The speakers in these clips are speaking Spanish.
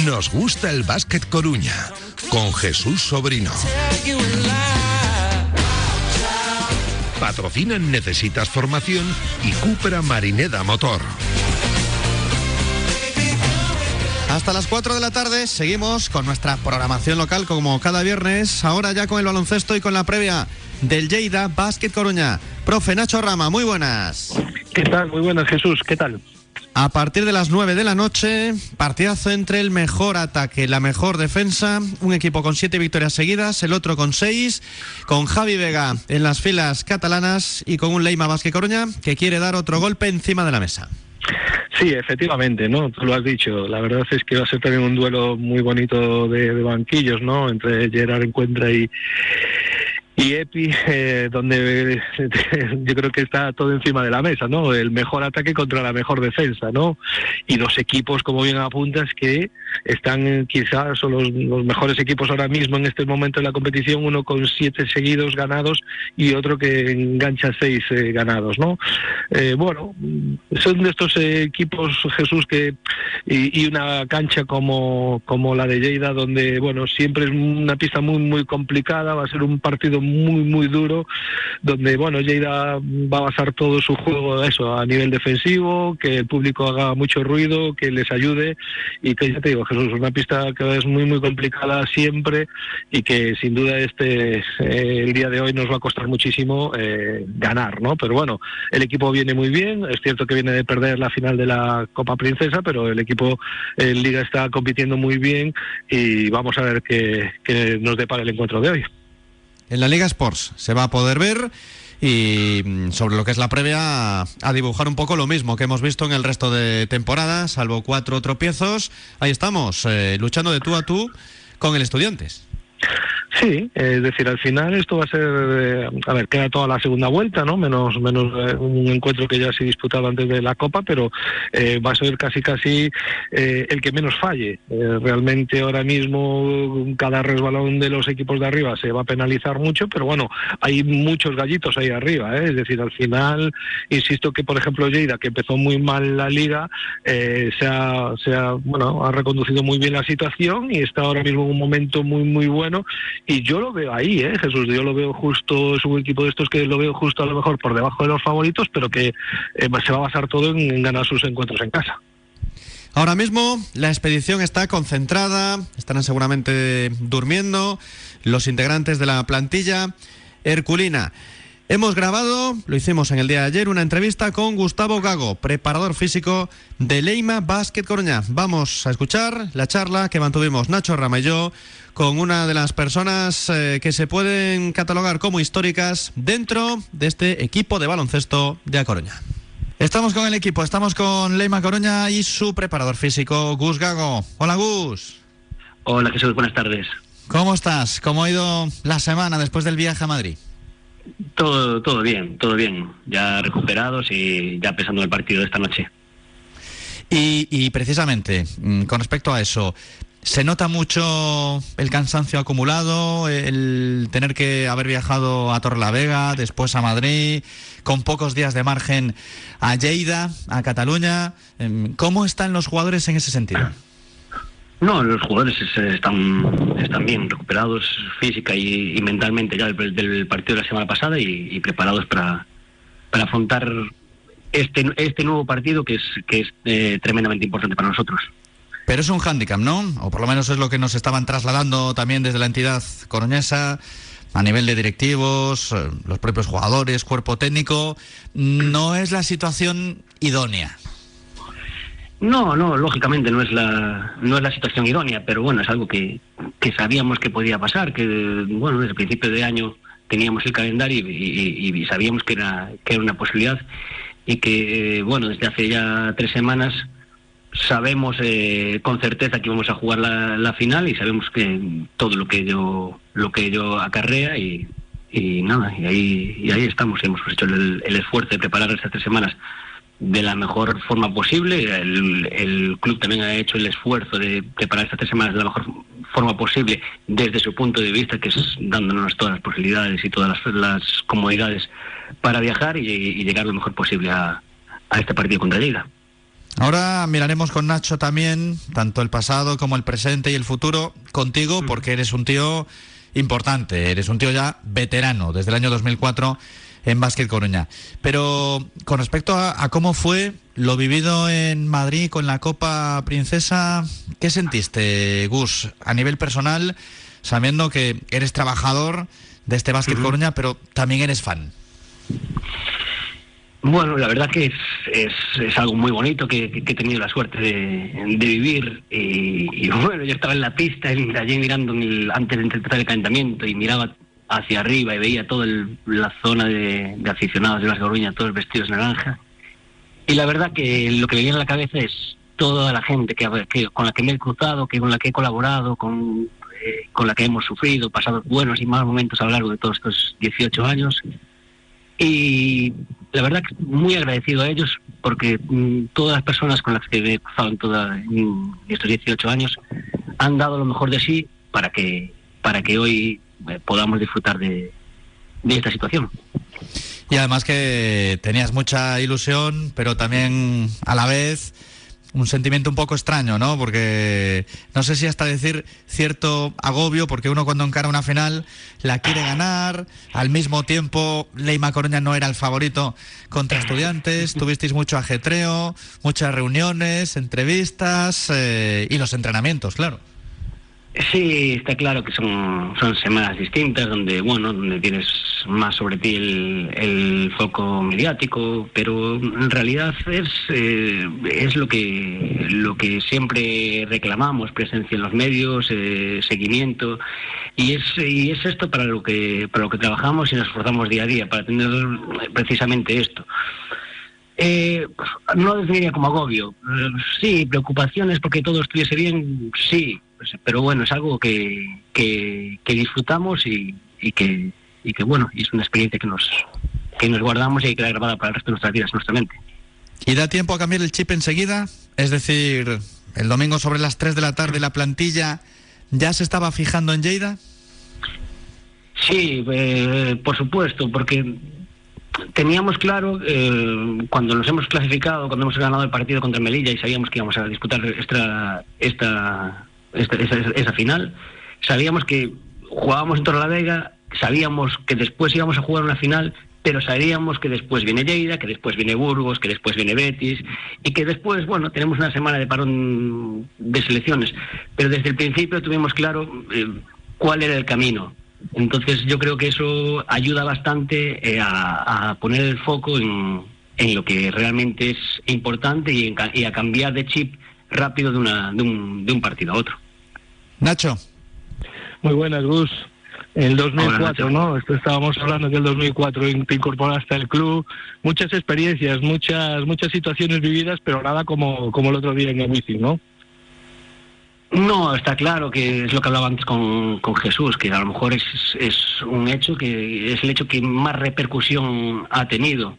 Nos gusta el Básquet Coruña, con Jesús Sobrino. Patrocinan Necesitas Formación y Cupra Marineda Motor. Hasta las 4 de la tarde seguimos con nuestra programación local como cada viernes, ahora ya con el baloncesto y con la previa del Lleida Básquet Coruña. Profe Nacho Rama, muy buenas. ¿Qué tal? Muy buenas, Jesús, ¿qué tal? A partir de las 9 de la noche, partidazo entre el mejor ataque, la mejor defensa, un equipo con 7 victorias seguidas, el otro con 6, con Javi Vega en las filas catalanas y con un Leima Básquet Coruña que quiere dar otro golpe encima de la mesa. Sí, efectivamente, ¿no? Tú lo has dicho. La verdad es que va a ser también un duelo muy bonito de banquillos, ¿no? Entre Gerard Encuentra y Epi, donde yo creo que está todo encima de la mesa, ¿no? El mejor ataque contra la mejor defensa, ¿no? Y dos equipos, como bien apuntas, que están quizás son los mejores equipos ahora mismo en este momento de la competición, uno con 7 seguidos ganados y otro que engancha 6 ganados, ¿no? Bueno, son de estos equipos, Jesús, que y una cancha como la de Lleida, donde, bueno, siempre es una pista muy, muy complicada, va a ser un partido muy duro, donde, bueno, Lleida va a basar todo su juego eso a nivel defensivo, que el público haga mucho ruido, que les ayude, y que ya te digo, Jesús, una pista que es muy complicada siempre y que sin duda el día de hoy nos va a costar muchísimo ganar, ¿no? Pero bueno, el equipo viene muy bien, es cierto que viene de perder la final de la Copa Princesa, pero el equipo en Liga está compitiendo muy bien y vamos a ver qué nos depara el encuentro de hoy. En la Liga Sports se va a poder ver y sobre lo que es la previa a dibujar un poco lo mismo que hemos visto en el resto de temporadas, salvo 4 tropiezos. Ahí estamos, luchando de tú a tú con el Estudiantes. Sí, es decir, al final esto va a ser, queda toda la segunda vuelta, ¿no? Menos un encuentro que ya se ha disputado antes de la Copa, pero va a ser casi el que menos falle. Realmente ahora mismo cada resbalón de los equipos de arriba se va a penalizar mucho, pero bueno, hay muchos gallitos ahí arriba, ¿eh? Es decir, al final, insisto que por ejemplo Lleida, que empezó muy mal la Liga, ha reconducido muy bien la situación y está ahora mismo en un momento muy bueno. Y yo lo veo ahí, Jesús, yo lo veo justo, es un equipo de estos que lo veo justo a lo mejor por debajo de los favoritos, pero que se va a basar todo en ganar sus encuentros en casa. Ahora mismo la expedición está concentrada, estarán seguramente durmiendo los integrantes de la plantilla herculina. Hemos grabado, lo hicimos en el día de ayer, una entrevista con Gustavo Gago, preparador físico de Leima Básquet Coruña. Vamos a escuchar la charla que mantuvimos Nacho Rama y yo con una de las personas que se pueden catalogar como históricas dentro de este equipo de baloncesto de A Coruña. Estamos con el equipo, estamos con Leima Coruña y su preparador físico, Gus Gago. Hola, Gus. Hola, Jesús, buenas tardes. ¿Cómo estás? ¿Cómo ha ido la semana después del viaje a Madrid? Todo bien, ya recuperados y ya pensando en el partido de esta noche. Y precisamente, con respecto a eso, ¿se nota mucho el cansancio acumulado, el tener que haber viajado a Torrelavega, después a Madrid, con pocos días de margen a Lleida, a Cataluña? ¿Cómo están los jugadores en ese sentido? No, los jugadores están bien recuperados física y mentalmente ya del partido de la semana pasada y preparados para afrontar este nuevo partido que es tremendamente importante para nosotros. Pero es un hándicap, ¿no? O por lo menos es lo que nos estaban trasladando también desde la entidad coruñesa, a nivel de directivos, los propios jugadores, cuerpo técnico. No es la situación idónea. No, lógicamente no es la situación idónea, pero bueno, es algo que sabíamos que podía pasar, que bueno, desde el principio de año teníamos el calendario y sabíamos que era una posibilidad y que bueno, desde hace ya 3 semanas sabemos con certeza que íbamos a jugar la final y sabemos que todo lo que ello acarrea y nada, y ahí estamos, hemos hecho el esfuerzo de preparar estas 3 semanas de la mejor forma posible. El club también ha hecho el esfuerzo de preparar estas 3 semanas de la mejor forma posible desde su punto de vista, que es dándonos todas las posibilidades y todas las comodidades para viajar y llegar lo mejor posible a este partido contra Lleida. Ahora miraremos con Nacho también, tanto el pasado como el presente y el futuro, contigo, porque eres un tío importante, eres un tío ya veterano, desde el año 2004 en Básquet Coruña. Pero con respecto a cómo fue lo vivido en Madrid con la Copa Princesa, ¿qué sentiste, Gus, a nivel personal, sabiendo que eres trabajador de este Básquet Coruña, pero también eres fan? Bueno, la verdad que es algo muy bonito que he tenido la suerte de vivir. Y bueno, yo estaba en la pista, allí mirando antes de empezar el calentamiento, y miraba hacia arriba y veía toda la zona de aficionados de Básquet Coruña, todos vestidos naranja. Y la verdad que lo que me viene a la cabeza es toda la gente con la que me he cruzado, con la que he colaborado, con la que hemos sufrido, pasado buenos y malos momentos a lo largo de todos estos 18 años. Y la verdad que muy agradecido a ellos, porque todas las personas con las que me he cruzado en estos 18 años han dado lo mejor de sí para que hoy podamos disfrutar de esta situación. Y además que tenías mucha ilusión, pero también a la vez un sentimiento un poco extraño, ¿no? Porque no sé si hasta decir cierto agobio, porque uno cuando encara una final la quiere ganar. Al mismo tiempo, Leima Coruña no era el favorito contra Estudiantes. Tuvisteis mucho ajetreo, muchas reuniones, entrevistas y los entrenamientos, claro. Sí, está claro que son semanas distintas donde tienes más sobre ti el foco mediático, pero en realidad es lo que siempre reclamamos: presencia en los medios, seguimiento, y es esto para lo que trabajamos y nos esforzamos día a día para tener precisamente esto. No definiría como agobio, sí, preocupaciones porque todo estuviese bien, sí, pero bueno, es algo que disfrutamos y que bueno, y es una experiencia que nos guardamos y hay que quedar grabada para el resto de nuestras vidas en nuestra mente. ¿Y da tiempo a cambiar el chip enseguida? Es decir, el domingo sobre las 3 de la tarde la plantilla ya se estaba fijando en Lleida. Sí, por supuesto, porque teníamos claro, cuando nos hemos clasificado, cuando hemos ganado el partido contra Melilla y sabíamos que íbamos a disputar esa final, sabíamos que jugábamos en Torrelavega, sabíamos que después íbamos a jugar una final, pero sabíamos que después viene Lleida, que después viene Burgos, que después viene Betis, y que después, tenemos una semana de parón de selecciones, pero desde el principio tuvimos claro cuál era el camino. Entonces yo creo que eso ayuda bastante a poner el foco en lo que realmente es importante y a cambiar de chip rápido de un partido a otro. Nacho. Muy buenas, Gus. El 2004, Hola, ¿no? Estábamos hablando que el 2004 te incorporaste al club. Muchas experiencias, muchas situaciones vividas, pero nada como el otro día en el Wizzing, ¿no? No, está claro que es lo que hablaba antes con Jesús, que a lo mejor es un hecho que es el hecho que más repercusión ha tenido.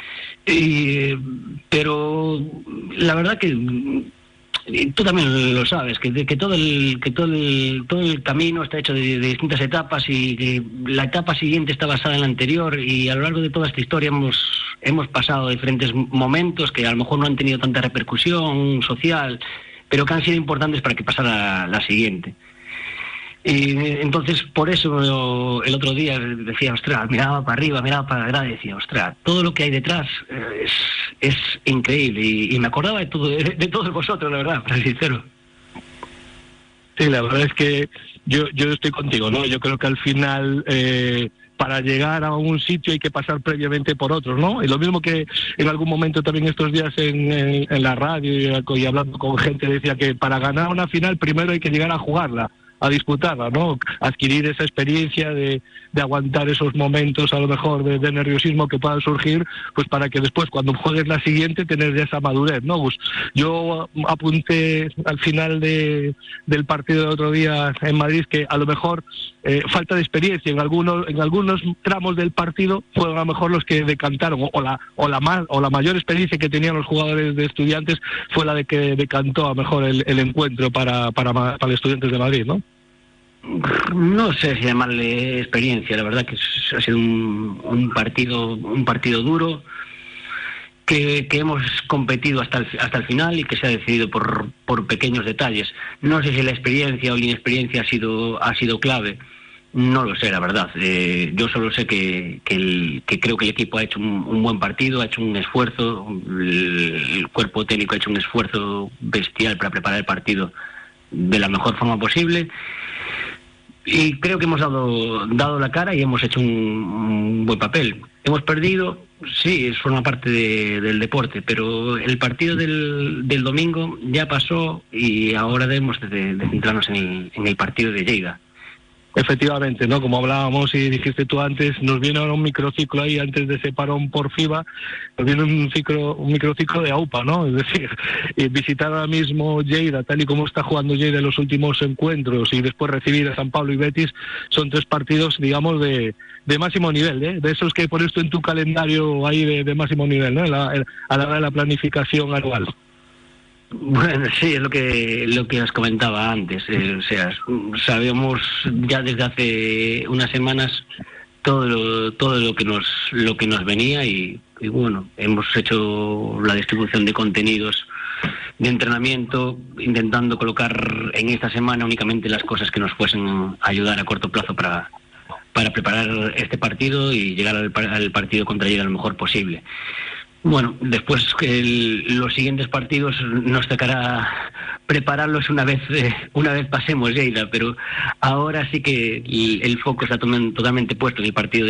Pero la verdad que tú también lo sabes, que todo el camino está hecho de distintas etapas y que la etapa siguiente está basada en la anterior, y a lo largo de toda esta historia hemos pasado diferentes momentos que a lo mejor no han tenido tanta repercusión social, pero que han sido importantes para que pasara la siguiente. Y entonces, por eso el otro día decía, ostras, miraba para arriba, miraba para la grada y decía, ostras, todo lo que hay detrás es increíble. Y me acordaba de todos vosotros, la verdad, para ser sincero. Sí, la verdad es que yo estoy contigo, ¿no? Yo creo que al final para llegar a un sitio hay que pasar previamente por otros, ¿no? Y lo mismo que en algún momento también estos días en la radio y hablando con gente decía que para ganar una final primero hay que llegar a jugarla, a disputarla, ¿no? Adquirir esa experiencia de aguantar esos momentos a lo mejor de nerviosismo que puedan surgir, pues para que después cuando juegues la siguiente tener ya esa madurez, ¿no, Gus? Yo apunté al final del partido del otro día en Madrid que a lo mejor falta de experiencia en algunos tramos del partido fueron a lo mejor los que decantaron, o la mayor experiencia que tenían los jugadores de Estudiantes fue la de que decantó a lo mejor el encuentro para los Estudiantes de Madrid, ¿no? No sé si llamarle experiencia, la verdad que ha sido un partido duro, que hemos competido hasta el final y que se ha decidido por pequeños detalles. No sé si la experiencia o la inexperiencia ha sido clave. No lo sé, la verdad. Yo solo sé que creo que el equipo ha hecho un buen partido, ha hecho un esfuerzo, el cuerpo técnico ha hecho un esfuerzo bestial para preparar el partido de la mejor forma posible. Y creo que hemos dado la cara y hemos hecho un buen papel. Hemos perdido, sí, es forma parte del deporte, pero el partido del domingo ya pasó y ahora debemos de centrarnos en el partido de Lleida. Efectivamente, ¿no? Como hablábamos y dijiste tú antes, nos viene ahora un microciclo ahí antes de ese parón por FIBA, nos viene un microciclo de AUPA, ¿no? Es decir, visitar ahora mismo Lleida, tal y como está jugando Lleida en los últimos encuentros, y después recibir a San Pablo y Betis, son 3 partidos, digamos, de máximo nivel, ¿eh? De esos que pones tú en tu calendario ahí de máximo nivel, ¿no? A la hora de la planificación anual. Bueno, sí, es lo que os comentaba antes. O sea, sabemos ya desde hace unas semanas todo lo que nos venía y bueno, hemos hecho la distribución de contenidos de entrenamiento, intentando colocar en esta semana únicamente las cosas que nos fuesen a ayudar a corto plazo para preparar este partido y llegar al partido contra Lleida lo mejor posible. Bueno, después los siguientes partidos nos tocará prepararlos una vez pasemos Lleida, pero ahora sí que el foco está totalmente puesto en el partido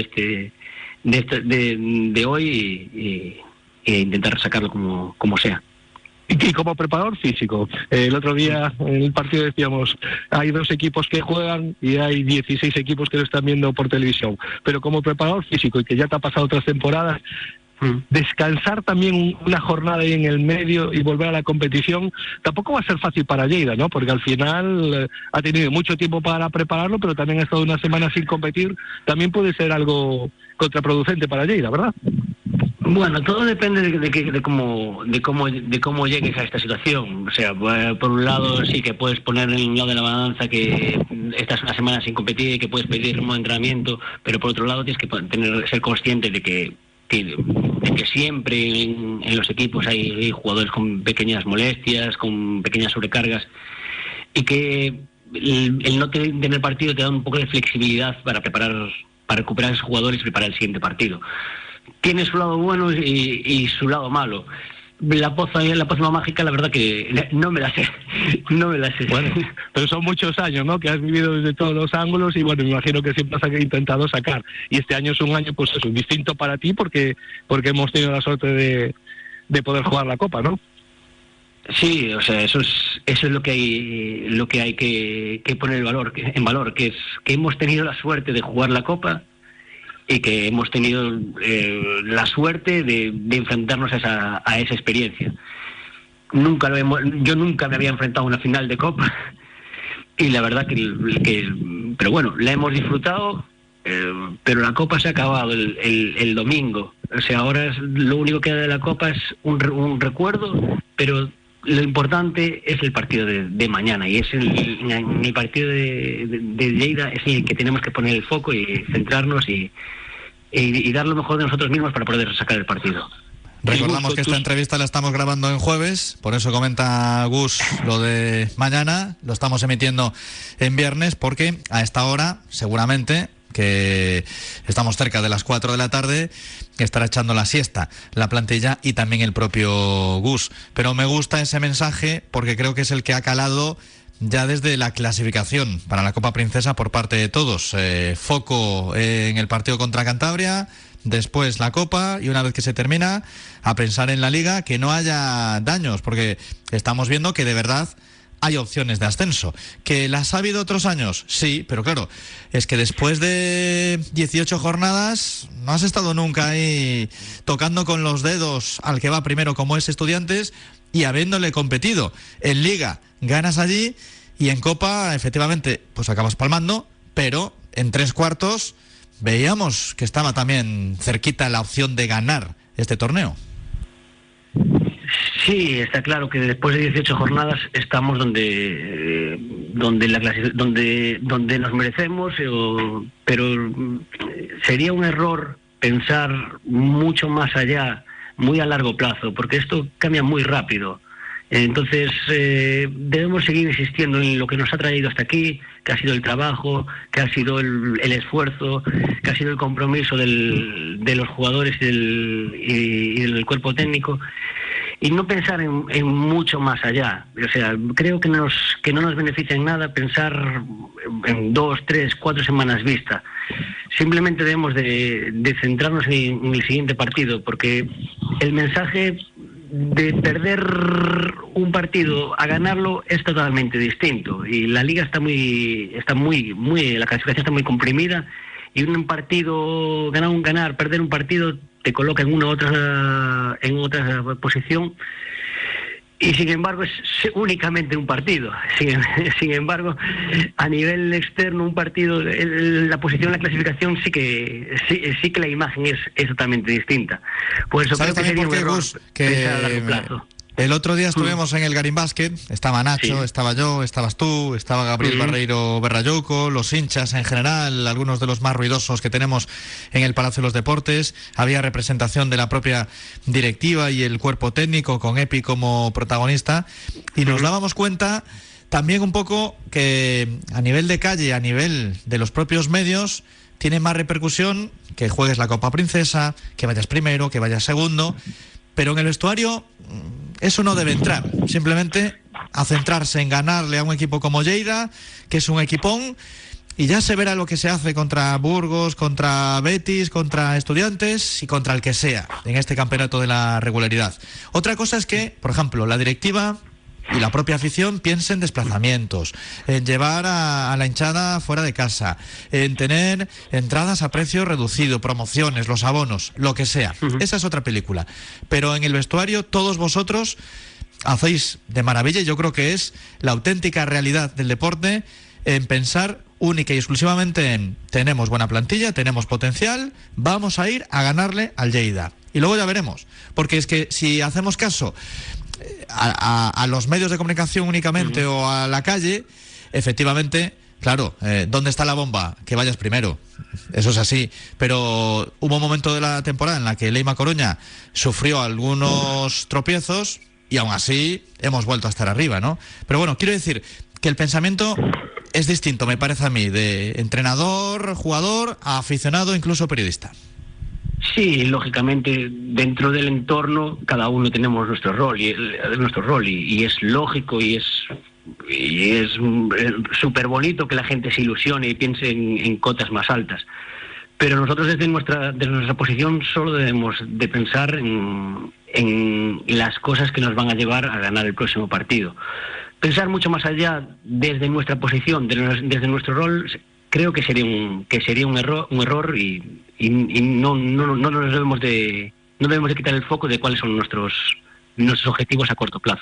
de hoy e intentar sacarlo como sea. Y como preparador físico, el otro día en el partido decíamos, hay 2 equipos que juegan y hay 16 equipos que lo están viendo por televisión, pero como preparador físico y que ya te ha pasado otras temporadas, descansar también una jornada ahí en el medio y volver a la competición tampoco va a ser fácil para Lleida, ¿no? Porque al final ha tenido mucho tiempo para prepararlo, pero también ha estado una semana sin competir. También puede ser algo contraproducente para Lleida, ¿verdad? Bueno, todo depende de cómo llegues a esta situación. O sea, por un lado sí que puedes poner en un lado de la balanza que estás una semana sin competir y que puedes pedir ritmo de entrenamiento, pero por otro lado tienes que ser consciente de que siempre en los equipos hay jugadores con pequeñas molestias, con pequeñas sobrecargas, y que el no tener partido te da un poco de flexibilidad para recuperar a esos jugadores y preparar el siguiente partido. Tiene su lado bueno y su lado malo. La pócima mágica, la verdad que no me la sé. Bueno, pero son muchos años, ¿no? Que has vivido desde todos los ángulos y bueno, me imagino que siempre has intentado sacar. Y este año es un año, pues eso, distinto para ti porque hemos tenido la suerte de poder jugar la Copa, ¿no? Sí, o sea, eso es lo que hay que poner en valor, que es que hemos tenido la suerte de jugar la Copa y que hemos tenido la suerte de enfrentarnos a esa experiencia. Yo nunca me había enfrentado a una final de Copa y la verdad pero bueno, la hemos disfrutado, pero la Copa se ha acabado el domingo. O sea, ahora lo único que queda de la Copa es un recuerdo, pero lo importante es el partido de mañana, y es en el partido de Lleida es en el que tenemos que poner el foco y centrarnos y dar lo mejor de nosotros mismos para poder sacar el partido. Recordamos que esta entrevista la estamos grabando en jueves, por eso comenta Gus lo de mañana, lo estamos emitiendo en viernes, porque a esta hora, seguramente, que estamos cerca de las 4 de la tarde, estará echando la siesta la plantilla y también el propio Gus. Pero me gusta ese mensaje porque creo que es el que ha calado ya desde la clasificación para la Copa Princesa por parte de todos. Foco en el partido contra Cantabria, después la Copa y una vez que se termina a pensar en la Liga, que no haya daños, porque estamos viendo que de verdad hay opciones de ascenso. ¿Que las ha habido otros años? Sí, pero claro, es que después de 18 jornadas no has estado nunca ahí tocando con los dedos al que va primero, como es Estudiantes, y habiéndole competido en Liga, ganas allí, y en Copa, efectivamente, pues acabas palmando, pero en 3/4 veíamos que estaba también cerquita la opción de ganar este torneo. Sí, está claro que después de 18 jornadas estamos donde nos merecemos, pero sería un error pensar mucho más allá muy a largo plazo, porque esto cambia muy rápido. Entonces debemos seguir insistiendo en lo que nos ha traído hasta aquí, que ha sido el trabajo, que ha sido el esfuerzo, que ha sido el compromiso de los jugadores y del cuerpo técnico, y no pensar en mucho más allá. O sea, creo que no nos beneficia en nada pensar en 2, 3, 4 semanas vista. Simplemente debemos de centrarnos en el siguiente partido, porque el mensaje de perder un partido a ganarlo es totalmente distinto, y la liga está muy la clasificación está muy comprimida, y un partido perder un partido te coloca en otra posición, y sin embargo es únicamente un partido. Sin embargo, a nivel externo, un partido, la posición en la clasificación sí que la imagen es totalmente distinta. Por eso creo que sería un error pensar a largo plazo. El otro día estuvimos en el Garín Basket, estaba Nacho, estaba yo, estabas tú, estaba Gabriel Barreiro Berrayouco, los hinchas en general, algunos de los más ruidosos que tenemos en el Palacio de los Deportes, había representación de la propia directiva y el cuerpo técnico con Epi como protagonista, y nos dábamos cuenta también un poco que a nivel de calle, a nivel de los propios medios, tiene más repercusión que juegues la Copa Princesa, que vayas primero, que vayas segundo, pero en el vestuario eso no debe entrar, simplemente a centrarse en ganarle a un equipo como Lleida, que es un equipón, y ya se verá lo que se hace contra Burgos, contra Betis, contra Estudiantes y contra el que sea en este campeonato de la regularidad. Otra cosa es que, por ejemplo, la directiva y la propia afición piensa en desplazamientos, en llevar a la hinchada fuera de casa, en tener entradas a precio reducido, promociones, los abonos, lo que sea. Esa es otra película. Pero en el vestuario todos vosotros hacéis de maravilla, y yo creo que es la auténtica realidad del deporte, en pensar única y exclusivamente en: tenemos buena plantilla, tenemos potencial, vamos a ir a ganarle al Lleida. Y luego ya veremos, porque es que si hacemos caso a los medios de comunicación únicamente o a la calle, efectivamente, claro, ¿dónde está la bomba? Que vayas primero, eso es así, pero hubo un momento de la temporada en la que Leima Coruña sufrió algunos tropiezos y aún así hemos vuelto a estar arriba, ¿no? Pero bueno, quiero decir que el pensamiento es distinto, me parece a mí, de entrenador, jugador, a aficionado, incluso periodista. Sí, lógicamente dentro del entorno cada uno tenemos nuestro rol y es lógico y es súper bonito que la gente se ilusione y piense en cotas más altas, pero nosotros desde nuestra posición solo debemos de pensar en las cosas que nos van a llevar a ganar el próximo partido. Pensar mucho más allá desde nuestra posición, desde nuestro rol, creo que sería un error y no nos debemos de quitar el foco de cuáles son nuestros objetivos a corto plazo.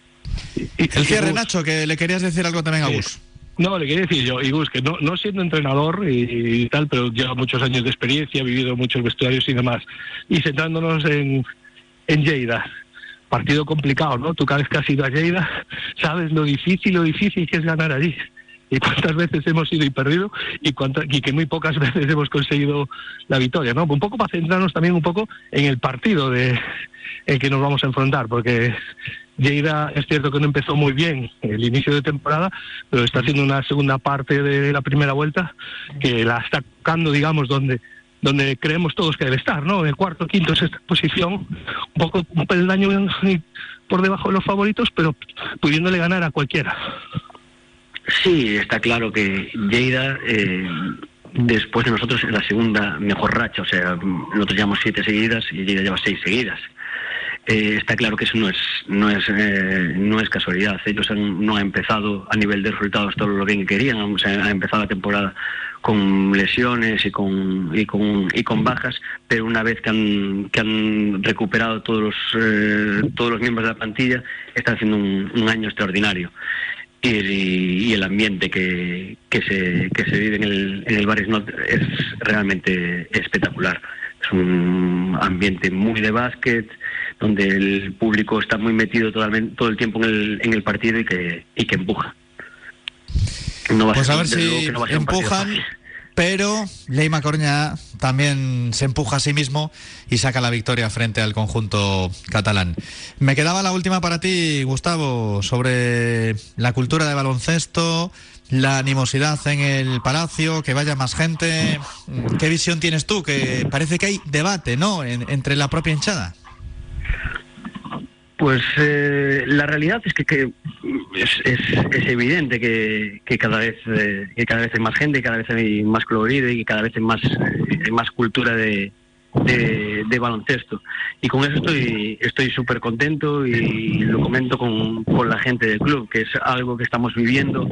El cierre, Nacho, que le querías decir algo también a Gus. No, le quería decir yo, y Gus, que no siendo entrenador y tal, pero lleva muchos años de experiencia, ha vivido muchos vestuarios y demás, y centrándonos en Lleida. Partido complicado, ¿no? Tú cada vez que has ido a Lleida sabes lo difícil que es ganar allí. Y cuántas veces hemos ido y perdido y que muy pocas veces hemos conseguido la victoria, ¿no? Un poco para centrarnos también un poco en el partido en que nos vamos a enfrentar, porque Lleida es cierto que no empezó muy bien el inicio de temporada, pero está haciendo una segunda parte de la primera vuelta que la está tocando, digamos, donde creemos todos que debe estar, ¿no? En el cuarto, quinto, sexta posición, un peldaño por debajo de los favoritos, pero pudiéndole ganar a cualquiera. Sí, está claro que Lleida, después de nosotros, es la segunda mejor racha. O sea, nosotros llevamos 7 seguidas y Lleida lleva 6 seguidas. Está claro que eso no es casualidad. Ellos no han empezado a nivel de resultados todo lo bien que querían. O sea, han empezado la temporada con lesiones y con bajas, pero una vez que han recuperado todos los miembros de la plantilla, están haciendo un año extraordinario. Y el ambiente que se vive en el Baris Not es realmente espectacular. Es un ambiente muy de básquet, donde el público está muy metido todo el tiempo en el partido y que empuja. Pues a ver si empujan pero Leima Coruña también se empuja a sí mismo y saca la victoria frente al conjunto catalán. Me quedaba la última para ti, Gustavo, sobre la cultura de baloncesto, la animosidad en el Palacio, que vaya más gente. ¿Qué visión tienes tú? Que parece que hay debate, ¿no?, entre la propia hinchada. Pues la realidad es que es evidente que cada vez hay más gente, cada vez hay más colorido y cada vez hay más cultura de baloncesto, y con eso estoy súper contento, y lo comento con la gente del club, que es algo que estamos viviendo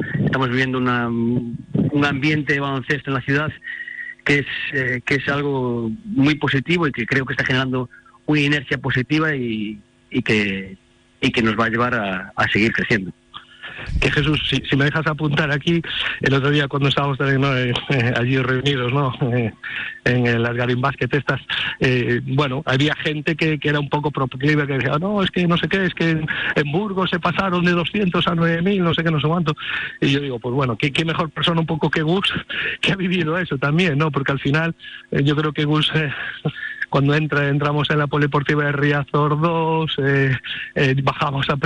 un ambiente de baloncesto en la ciudad que es algo muy positivo y que creo que está generando una inercia positiva y que nos va a llevar a seguir creciendo. Que Jesús, si me dejas apuntar aquí, el otro día cuando estábamos también, ¿no?, allí reunidos, ¿no?, en el Asgarim Basket había gente que era un poco proclive, que decía, no, es que no sé qué, es que en Burgos se pasaron de 200 a 9.000, no sé qué, no sé cuánto. Y yo digo, pues bueno, qué mejor persona un poco que Gus, que ha vivido eso también, ¿no? Porque al final yo creo que Gus... Cuando entramos en la Polideportiva de Riazor 2, bajamos a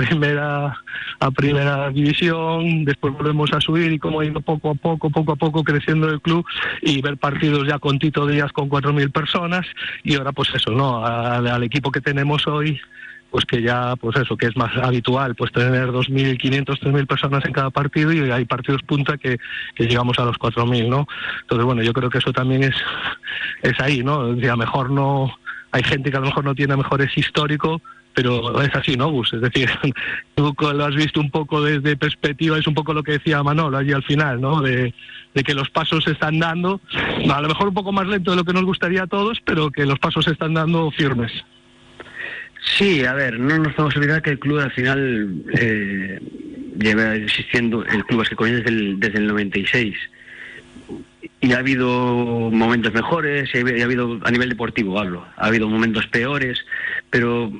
primera división, después volvemos a subir, y como ha ido poco a poco creciendo el club, y ver partidos ya con Tito Díaz con 4.000 personas, y ahora pues eso, ¿no?, al equipo que tenemos hoy, pues que ya, pues eso, que es más habitual, pues tener 2.500, 3.000 personas en cada partido, y hay partidos punta que llegamos a los 4.000, ¿no? Entonces, bueno, yo creo que eso también es ahí, ¿no? O sea, mejor no, hay gente que a lo mejor no tiene mejores histórico, pero es así, ¿no, Gus? Es decir, tú lo has visto un poco desde perspectiva, es un poco lo que decía Manolo allí al final, ¿no?, de que los pasos se están dando, a lo mejor un poco más lento de lo que nos gustaría a todos, pero que los pasos se están dando firmes. Sí, a ver, no nos podemos olvidar que el club al final lleva existiendo, el Club Basket Coruña desde el 96, y ha habido momentos mejores, y ha habido, a nivel deportivo hablo, ha habido momentos peores, pero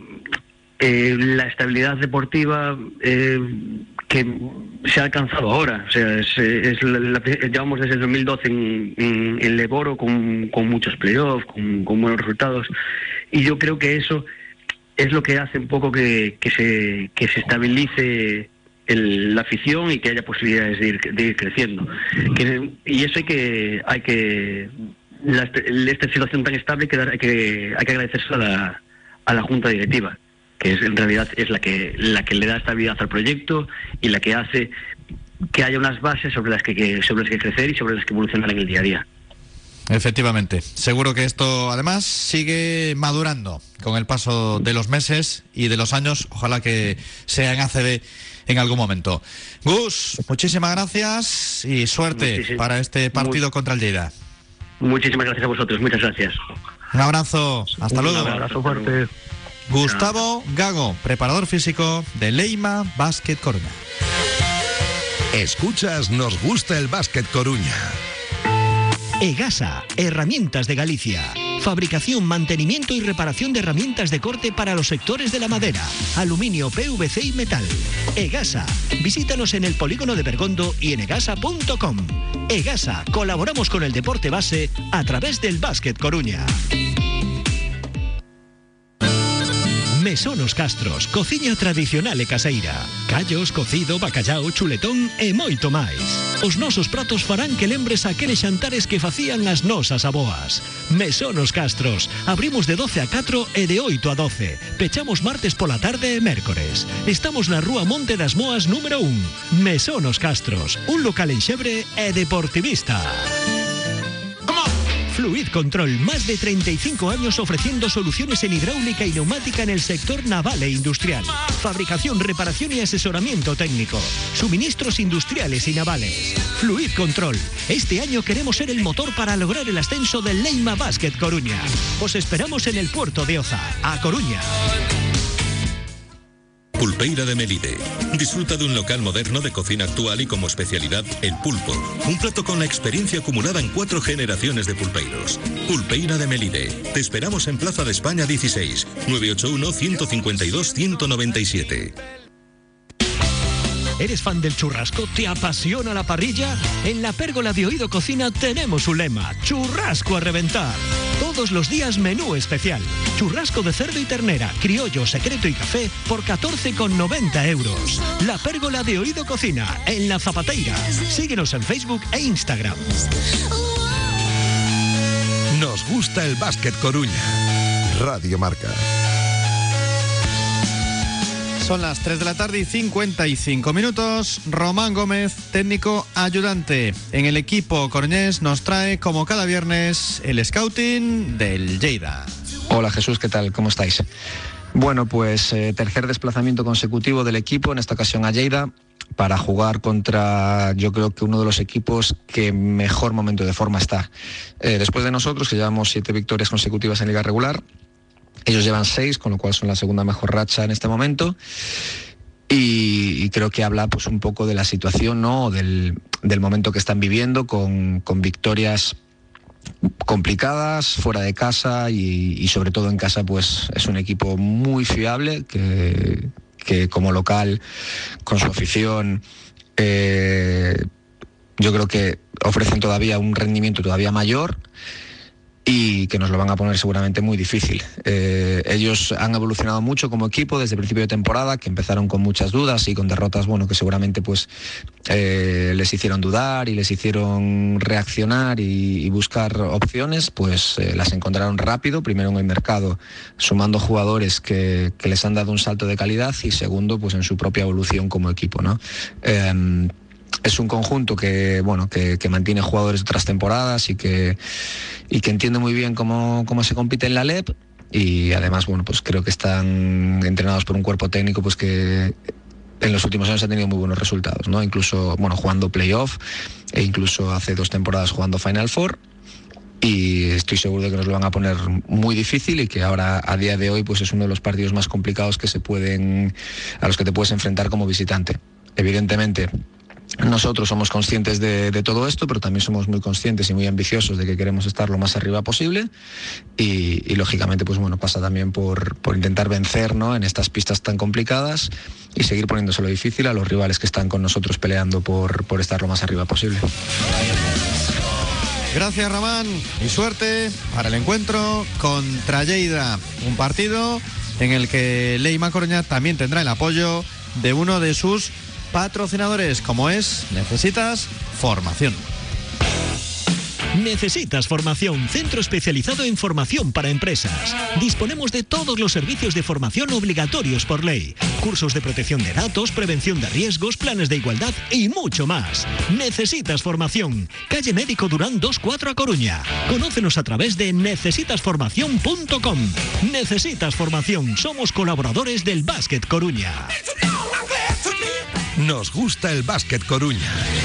la estabilidad deportiva que se ha alcanzado ahora, o sea, llevamos desde el 2012 en Leboro con muchos playoffs, con buenos resultados, y yo creo que eso es lo que hace un poco que se estabilice la afición y que haya posibilidades de ir creciendo. Y eso esta situación tan estable hay que agradecérselo a la Junta Directiva, que en realidad es la que le da estabilidad al proyecto y la que hace que haya unas bases sobre las que crecer y sobre las que evolucionar en el día a día. Efectivamente, seguro que esto además sigue madurando con el paso de los meses y de los años, ojalá que sea en ACB en algún momento. Gus, muchísimas gracias y suerte para este partido contra el Lleida. Muchísimas gracias a vosotros, muchas gracias. Un abrazo, hasta luego. Un abrazo fuerte. Gustavo Gago, preparador físico de Leima Basket Coruña. Escuchas Nos Gusta el Básquet Coruña. Egasa, Herramientas de Galicia. Fabricación, mantenimiento y reparación de herramientas de corte para los sectores de la madera, aluminio, PVC y metal. Egasa, visítanos en el polígono de Bergondo y en egasa.com. Egasa, colaboramos con el deporte base a través del Básquet Coruña. Mesonos Castros, cociña tradicional e caseira. Callos, cocido, bacallao, chuletón e moito máis. Os nosos pratos farán que lembres aqueles xantares que facían as nosas aboas. Mesonos Castros, abrimos de 12 a 4 e de 8 a 12. Pechamos martes pola tarde e mércores. Estamos na rúa Monte das Moas número 1. Mesonos Castros, un local en Xebre e deportivista. Fluid Control, más de 35 años ofreciendo soluciones en hidráulica y neumática en el sector naval e industrial. Fabricación, reparación y asesoramiento técnico. Suministros industriales y navales. Fluid Control. Este año queremos ser el motor para lograr el ascenso del Leima Basket Coruña. Os esperamos en el puerto de Oza, a Coruña. Pulpeira de Melide. Disfruta de un local moderno de cocina actual y como especialidad el pulpo. Un plato con la experiencia acumulada en 4 generaciones de pulpeiros. Pulpeira de Melide. Te esperamos en Plaza de España 16, 981 152 197. ¿Eres fan del churrasco? ¿Te apasiona la parrilla? En la Pérgola de Oído Cocina tenemos un lema: churrasco a reventar. Todos los días menú especial. Churrasco de cerdo y ternera, criollo, secreto y café por 14,90 euros. La Pérgola de Oído Cocina, en La Zapateira. Síguenos en Facebook e Instagram. Nos gusta el básquet Coruña. Radio Marca. Son las 3 de la tarde y 55 minutos. Román Gómez, técnico ayudante en el equipo coruñés, nos trae, como cada viernes, el scouting del Lleida. Hola Jesús, ¿qué tal? ¿Cómo estáis? Bueno, pues tercer desplazamiento consecutivo del equipo, en esta ocasión a Lleida, para jugar contra, yo creo que uno de los equipos que mejor momento de forma está. Después de nosotros, que llevamos 7 victorias consecutivas en Liga Regular, ellos llevan 6, con lo cual son la segunda mejor racha en este momento. Y creo que habla pues un poco de la situación, ¿no? del momento que están viviendo, con victorias complicadas fuera de casa y sobre todo en casa, pues es un equipo muy fiable que como local, con su afición, yo creo que ofrecen todavía un rendimiento todavía mayor y que nos lo van a poner seguramente muy difícil. Ellos han evolucionado mucho como equipo desde el principio de temporada, que empezaron con muchas dudas y con derrotas, bueno, que seguramente pues les hicieron dudar y les hicieron reaccionar y buscar opciones, pues las encontraron rápido, primero en el mercado, sumando jugadores que les han dado un salto de calidad, y segundo, pues en su propia evolución como equipo, ¿no? Es un conjunto que mantiene jugadores de otras temporadas y que entiende muy bien cómo se compite en la LEP, y además, bueno, pues creo que están entrenados por un cuerpo técnico pues que en los últimos años ha tenido muy buenos resultados, ¿no? Incluso, bueno, jugando playoff, e incluso hace 2 temporadas jugando Final Four, y estoy seguro de que nos lo van a poner muy difícil, y que ahora, a día de hoy, pues es uno de los partidos más complicados a los que te puedes enfrentar como visitante. Evidentemente, nosotros somos conscientes de todo esto, pero también somos muy conscientes y muy ambiciosos de que queremos estar lo más arriba posible, y lógicamente, pues bueno, pasa también por intentar vencer, ¿no?, en estas pistas tan complicadas, y seguir poniéndoselo difícil a los rivales que están con nosotros peleando por estar lo más arriba posible. Gracias, Román, y suerte para el encuentro contra Lleida, un partido en el que Leima Coruña también tendrá el apoyo de uno de sus patrocinadores, como es Necesitas Formación. Necesitas Formación, centro especializado en formación para empresas. Disponemos de todos los servicios de formación obligatorios por ley. Cursos de protección de datos, prevención de riesgos, planes de igualdad y mucho más. Necesitas Formación, calle Médico Durán 24 a Coruña. Conócenos a través de necesitasformación.com. Necesitas Formación, somos colaboradores del Básquet Coruña. Nos gusta el básquet Coruña.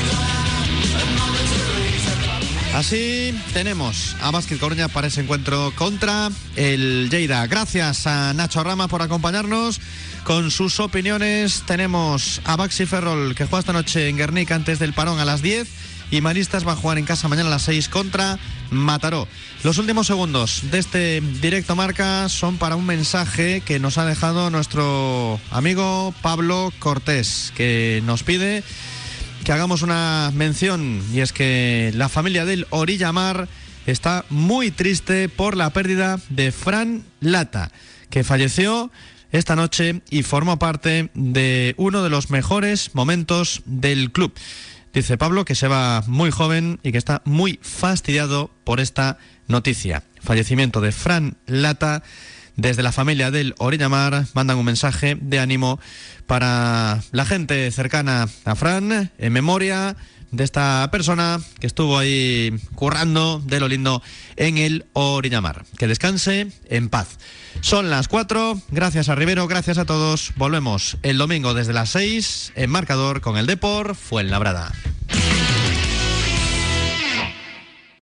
Así tenemos a Básquet Coruña para ese encuentro contra el Lleida. Gracias a Nacho Rama por acompañarnos con sus opiniones. Tenemos a Baxi Ferrol, que juega esta noche en Guernica antes del parón a las 10, y Maristas va a jugar en casa mañana a las 6 contra Mataró. Los últimos segundos de este directo Marca son para un mensaje que nos ha dejado nuestro amigo Pablo Cortés, que nos pide que hagamos una mención, y es que la familia del Orillamar está muy triste por la pérdida de Fran Lata, que falleció esta noche y formó parte de uno de los mejores momentos del club. Dice Pablo que se va muy joven y que está muy fastidiado por esta noticia. Fallecimiento de Fran Lata. Desde la familia del Orillamar mandan un mensaje de ánimo para la gente cercana a Fran, en memoria de esta persona que estuvo ahí currando de lo lindo en el Orillamar. Que descanse en paz. Son las 4, gracias a Rivero, gracias a todos. Volvemos el domingo desde las 6 en Marcador con el Depor Fuenlabrada.